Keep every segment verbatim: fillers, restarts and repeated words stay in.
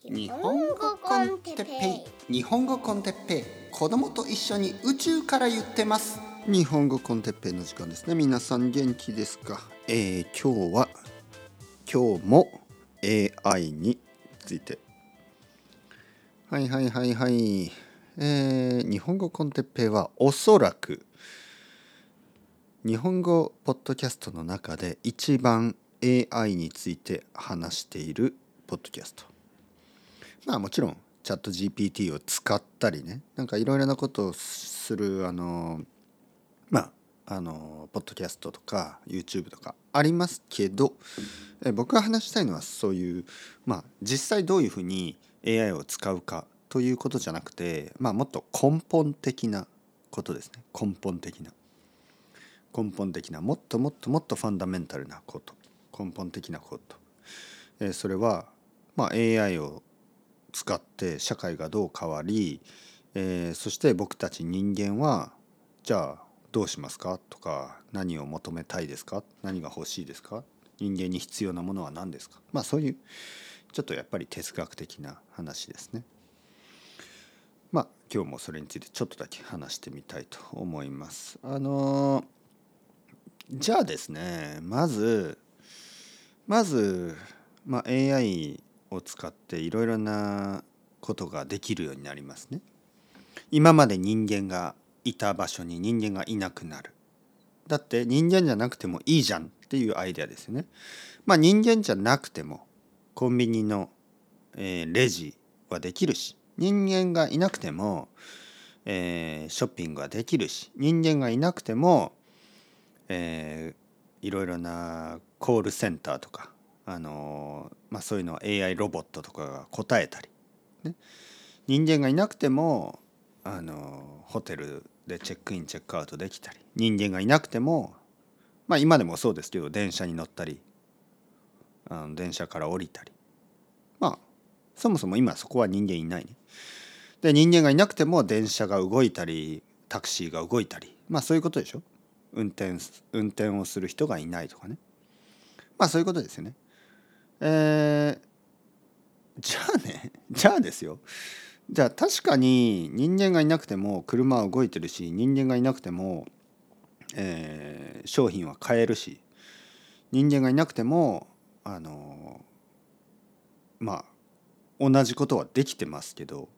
日本語コンテッペイ日本語コンテッペイ子供と一緒に宇宙から言ってます。日本語コンテッペイの時間ですね。皆さん元気ですか？えー、今日は今日も エーアイ についてはいはいはいはい、えー、日本語コンテッペイはおそらく日本語ポッドキャストの中で一番 エーアイ について話しているポッドキャスト。まあもちろんチャット ジーピーティー を使ったりね、なんかいろいろなことをするあのまああのポッドキャストとか YouTube とかありますけど、え僕が話したいのはそういうまあ実際どういうふうに エーアイ を使うかということじゃなくて、まあもっと根本的なことですね。根本的な根本的なもっともっともっとファンダメンタルなこと、根本的なこと、えそれはまあ エーアイ を使って社会がどう変わり、えー、そして僕たち人間はじゃあどうしますかとか、何を求めたいですか、何が欲しいですか、人間に必要なものは何ですか、まあそういうちょっとやっぱり哲学的な話ですね。まあ今日もそれについてちょっとだけ話してみたいと思います。あのー、じゃあですね、まずまず、まあ、エーアイ を使っていろいろなことができるようになりますね。今まで人間がいた場所に人間がいなくなる。だって人間じゃなくてもいいじゃんっていうアイデアですよね。まあ人間じゃなくてもコンビニの、えーレジはできるし、人間がいなくても、えーショッピングはできるし、人間がいなくても、えーいろいろなコールセンターとか、あのーまあ、そういうのは エーアイ ロボットとかが答えたり、ね、人間がいなくても、あのーホテルでチェックインチェックアウトできたり、人間がいなくても、まあ、今でもそうですけど電車に乗ったり、あの電車から降りたり、まあそもそも今そこは人間いないね。で人間がいなくても電車が動いたりタクシーが動いたり、まあそういうことでしょ。運転運転をする人がいないとかね、まあそういうことですよね。えー、じゃあねじゃあですよ、じゃあ確かに人間がいなくても車は動いてるし、人間がいなくても、えー商品は買えるし、人間がいなくてもあのまあ同じことはできてますけど、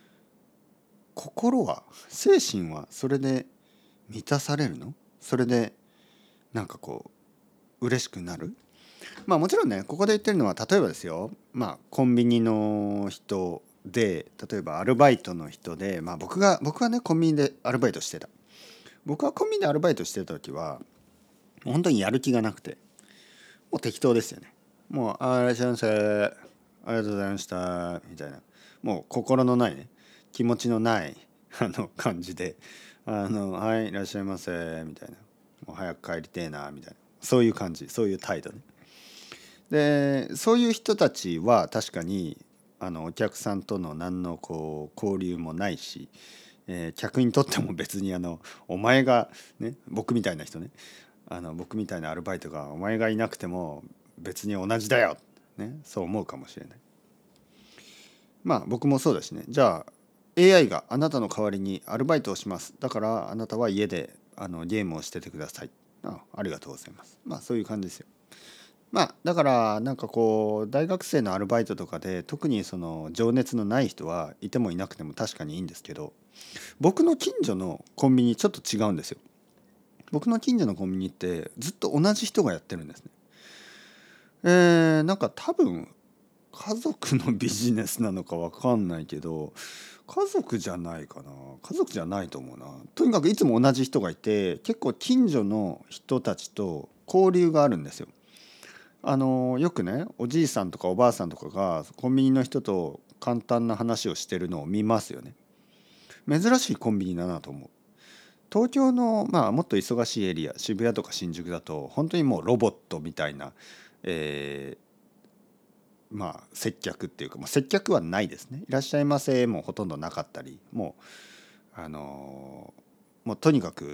心は精神はそれで満たされるの？それでなんかこう嬉しくなる？まあもちろんね、ここで言ってるのは例えばですよ、まあコンビニの人で、例えばアルバイトの人で、まあ僕が僕はねコンビニでアルバイトしてた。僕はコンビニでアルバイトしてた時はもう本当にやる気がなくて、もう適当ですよね。もうあいらっしゃいませ、ありがとうございましたみたいな、もう心のないね、気持ちのないあの感じで、あのはいいらっしゃいませみたいな、もう早く帰りてえなみたいな、そういう感じ、そういう態度ね。でそういう人たちは確かにあのお客さんとの何のこう交流もないし、えー客にとっても別にあのお前がね、僕みたいな人ね、あの僕みたいなアルバイトがお前がいなくても別に同じだよ、ね、そう思うかもしれない。まあ僕もそうだしね。じゃあ エーアイ があなたの代わりにアルバイトをします、だからあなたは家であのゲームをしててください、あありがとうございます、まあそういう感じですよ。まあだからなんかこう大学生のアルバイトとかで特にその情熱のない人はいてもいなくても確かにいいんですけど、僕の近所のコンビニちょっと違うんですよ。僕の近所のコンビニってずっと同じ人がやってるんですね。えー、なんか多分家族のビジネスなのかわかんないけど、家族じゃないかな、家族じゃないと思うな。とにかくいつも同じ人がいて、結構近所の人たちと交流があるんですよ。あのよくね、おじいさんとかおばあさんとかがコンビニの人と簡単な話をしてるのを見ますよね。珍しいコンビニだなと思う。東京の、まあ、もっと忙しいエリア、渋谷とか新宿だと本当にもうロボットみたいな、えーまあ接客っていうか、もう接客はないですね。いらっしゃいませもほとんどなかったり、もうあのーもうとにかく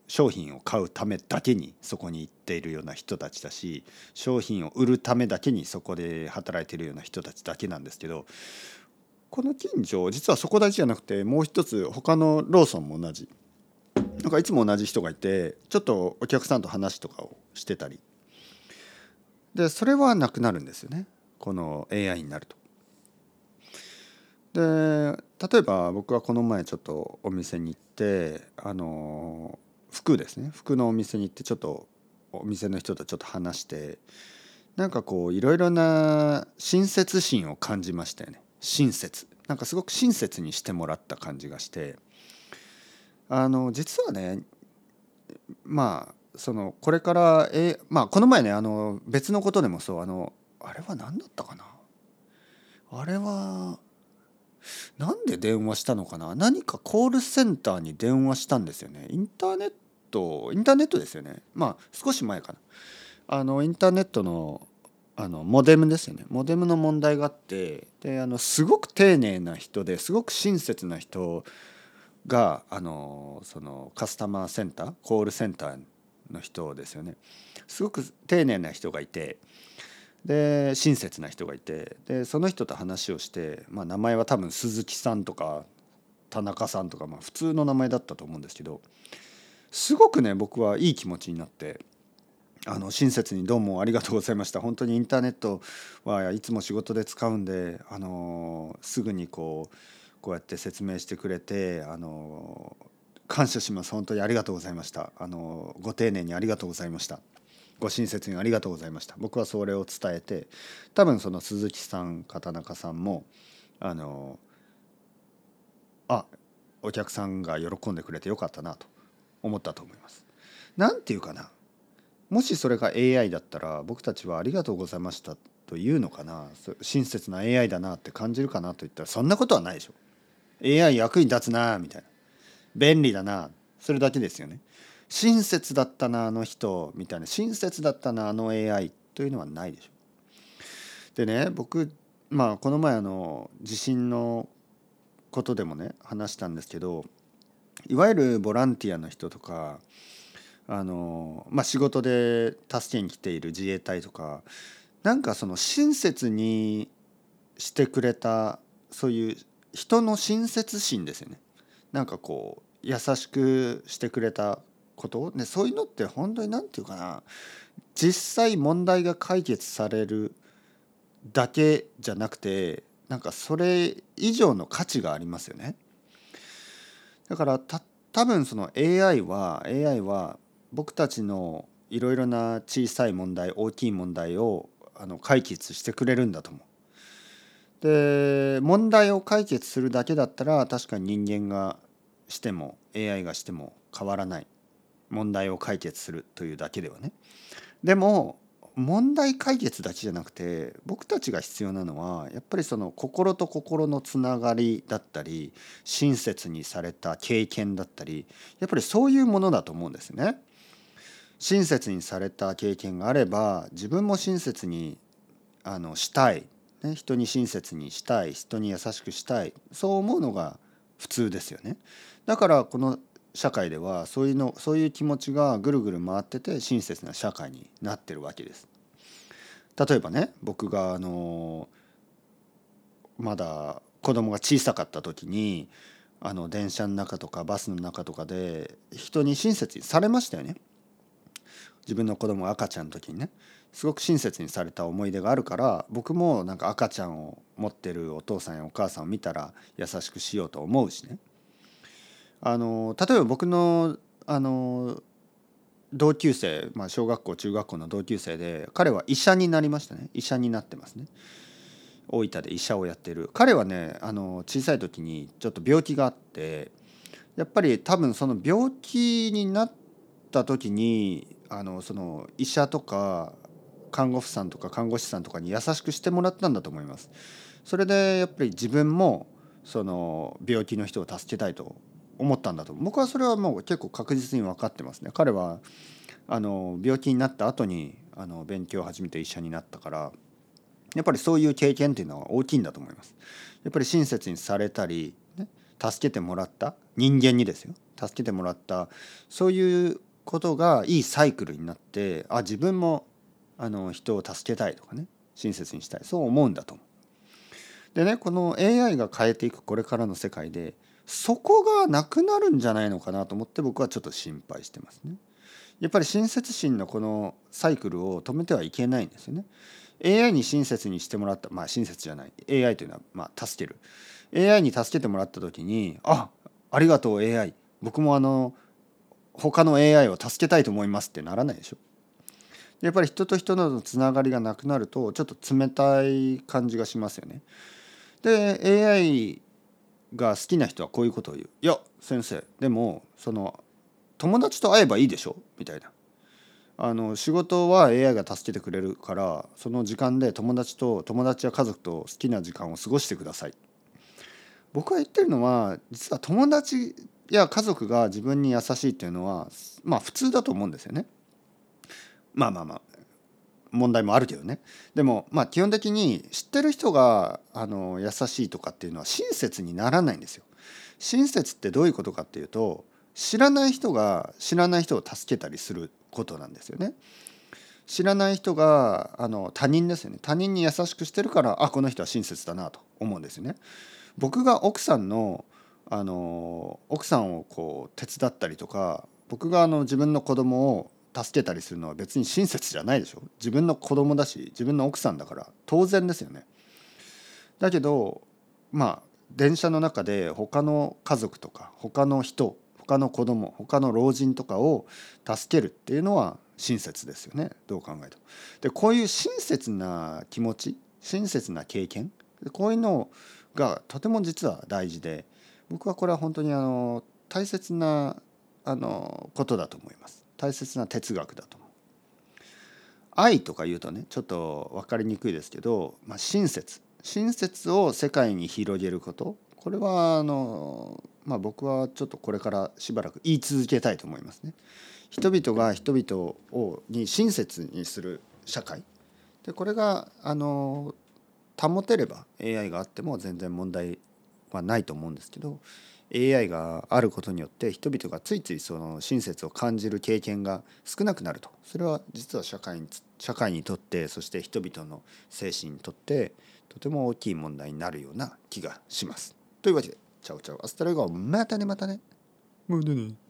商品を買うためだけにそこに行っているような人たちだし、商品を売るためだけにそこで働いているような人たちだけなんですけど、この近所実はそこだけじゃなくてもう一つ他のローソンも同じ、なんかいつも同じ人がいてちょっとお客さんと話とかをしてたりで、それはなくなるんですよね、この エーアイ になると。で例えば僕はこの前ちょっとお店に行ってあの服ですね服のお店に行ってちょっとお店の人とちょっと話して、なんかこういろいろな親切心を感じましたよね。親切なんかすごく親切にしてもらった感じがして、あの実はね、まあそのこれからえまあこの前ねあの別のことでもそうあのあれは何だったかな、あれはなんで電話したのかな、何かコールセンターに電話したんですよね。インターネットインターネットですよね。まあ少し前かな、あのインターネットのあのモデムですよね。モデムの問題があって、であのすごく丁寧な人ですごく親切な人があのそのカスタマーセンターコールセンターの人ですよね。すごく丁寧な人がいて、で親切な人がいて、でその人と話をして、まあ、名前は多分鈴木さんとか田中さんとか、まあ、普通の名前だったと思うんですけど、すごくね僕はいい気持ちになって、あの親切にどうもありがとうございました。本当にインターネットはいつも仕事で使うんで、あのすぐにこうこうやって説明してくれて、あの感謝します。本当にありがとうございました。あのご丁寧にありがとうございました。ご親切にありがとうございました。僕はそれを伝えて、多分その鈴木さん片中さんもあのあお客さんが喜んでくれてよかったなと思ったと思います。なんていうかな、もしそれが エーアイ だったら僕たちはありがとうございましたというのかな、親切な エーアイ だなって感じるかなと言ったらそんなことはないでしょ。 エーアイ 役に立つなみたいな、便利だな、それだけですよね。親切だったなあの人みたいな、親切だったなあの エーアイ というのはないでしょ。でね僕まあこの前あの地震のことでもね話したんですけど、いわゆるボランティアの人とかあの、まあ、仕事で助けに来ている自衛隊とか、なんかその親切にしてくれたそういう人の親切心ですよね。なんかこう優しくしてくれたことね、そういうのって本当に何て言うかな、実際問題が解決されるだけじゃなくて、なんかそれ以上の価値がありますよね。だからた多分その エーアイ は エーアイ は僕たちのいろいろな小さい問題大きい問題をあの解決してくれるんだと思う。で問題を解決するだけだったら確かに人間がしても エーアイ がしても変わらない、問題を解決するというだけではね。でも問題解決だけじゃなくて僕たちが必要なのはやっぱりその心と心のつながりだったり親切にされた経験だったり、やっぱりそういうものだと思うんですね。親切にされた経験があれば自分も親切にあのしたい、ね、人に親切にしたい、人に優しくしたい、そう思うのが普通ですよね。だからこの社会ではそういうのそういう気持ちがぐるぐる回ってて親切な社会になってるわけです。例えばね僕があのまだ子供が小さかった時にあの電車の中とかバスの中とかで人に親切にされましたよね。自分の子供が赤ちゃんの時にねすごく親切にされた思い出があるから、僕もなんか赤ちゃんを持ってるお父さんやお母さんを見たら優しくしようと思うしね。あの例えば僕のあの同級生、まあ、小学校中学校の同級生で彼は医者になりましたね。医者になってますね。大分で医者をやってる彼はね、あの小さい時にちょっと病気があって、やっぱり多分その病気になった時にあのその医者とか看護婦さんとか看護師さんとかに優しくしてもらったんだと思います。それでやっぱり自分もその病気の人を助けたいと思ったんだと。僕はそれはもう結構確実に分かってますね。彼はあの病気になった後にあの勉強を始めて医者になったから、やっぱりそういう経験っていうのは大きいんだと思います。やっぱり親切にされたり、ね、 助けてもらった人間にですよ、助けてもらったそういうことがいいサイクルになって、あ自分もあの人を助けたいとかね、親切にしたい、そう思うんだと思う。でね、この エーアイ が変えていくこれからの世界でそこがなくなるんじゃないのかなと思って僕はちょっと心配してますね。やっぱり親切心のこのサイクルを止めてはいけないんですよね。エーアイ に親切にしてもらった、まあ親切じゃない エーアイ というのはまあ助ける エーアイ に助けてもらった時に、あありがとう エーアイ、 僕もあの他の エーアイ を助けたいと思いますってならないでしょ。やっぱり人と人とのつながりがなくなるとちょっと冷たい感じがしますよね。で エーアイ が好きな人はこういうことを言う。いや先生でもその友達と会えばいいでしょみたいな。あの仕事は エーアイ が助けてくれるからその時間で友達と友達や家族と好きな時間を過ごしてください。僕が言ってるのは実は友達や家族が自分に優しいっていうのはまあ普通だと思うんですよね。まあまあまあ問題もあるけどね。でもまあ基本的に知ってる人があの優しいとかっていうのは親切にならないんですよ。親切ってどういうことかっていうと、知らない人が知らない人を助けたりすることなんですよね。知らない人があの他人ですよね。他人に優しくしてるから、あこの人は親切だなと思うんですよね。僕が奥さんのあの奥さんをこう手伝ったりとか、僕があの自分の子供を助けたりするのは別に親切じゃないでしょ。自分の子供だし自分の奥さんだから当然ですよね。だけどまあ電車の中で他の家族とか他の人、他の子供、他の老人とかを助けるっていうのは親切ですよね、どう考えても。でこういう親切な気持ち、親切な経験、こういうのがとても実は大事で、僕はこれは本当にあの大切なあのことだと思います。大切な哲学だと思う。愛とか言うとねちょっと分かりにくいですけど、まあ、親切親切を世界に広げること、これはあの、まあ、僕はちょっとこれからしばらく言い続けたいと思いますね。人々が人々をに親切にする社会で、これがあの保てれば エーアイ があっても全然問題はないと思うんですけど、 エーアイ があることによって人々がついついその親切を感じる経験が少なくなると、それは実は社会に社会にとって、そして人々の精神にとってとても大きい問題になるような気がします。というわけでチャオチャオアスタレゴ、またねまたね。またね。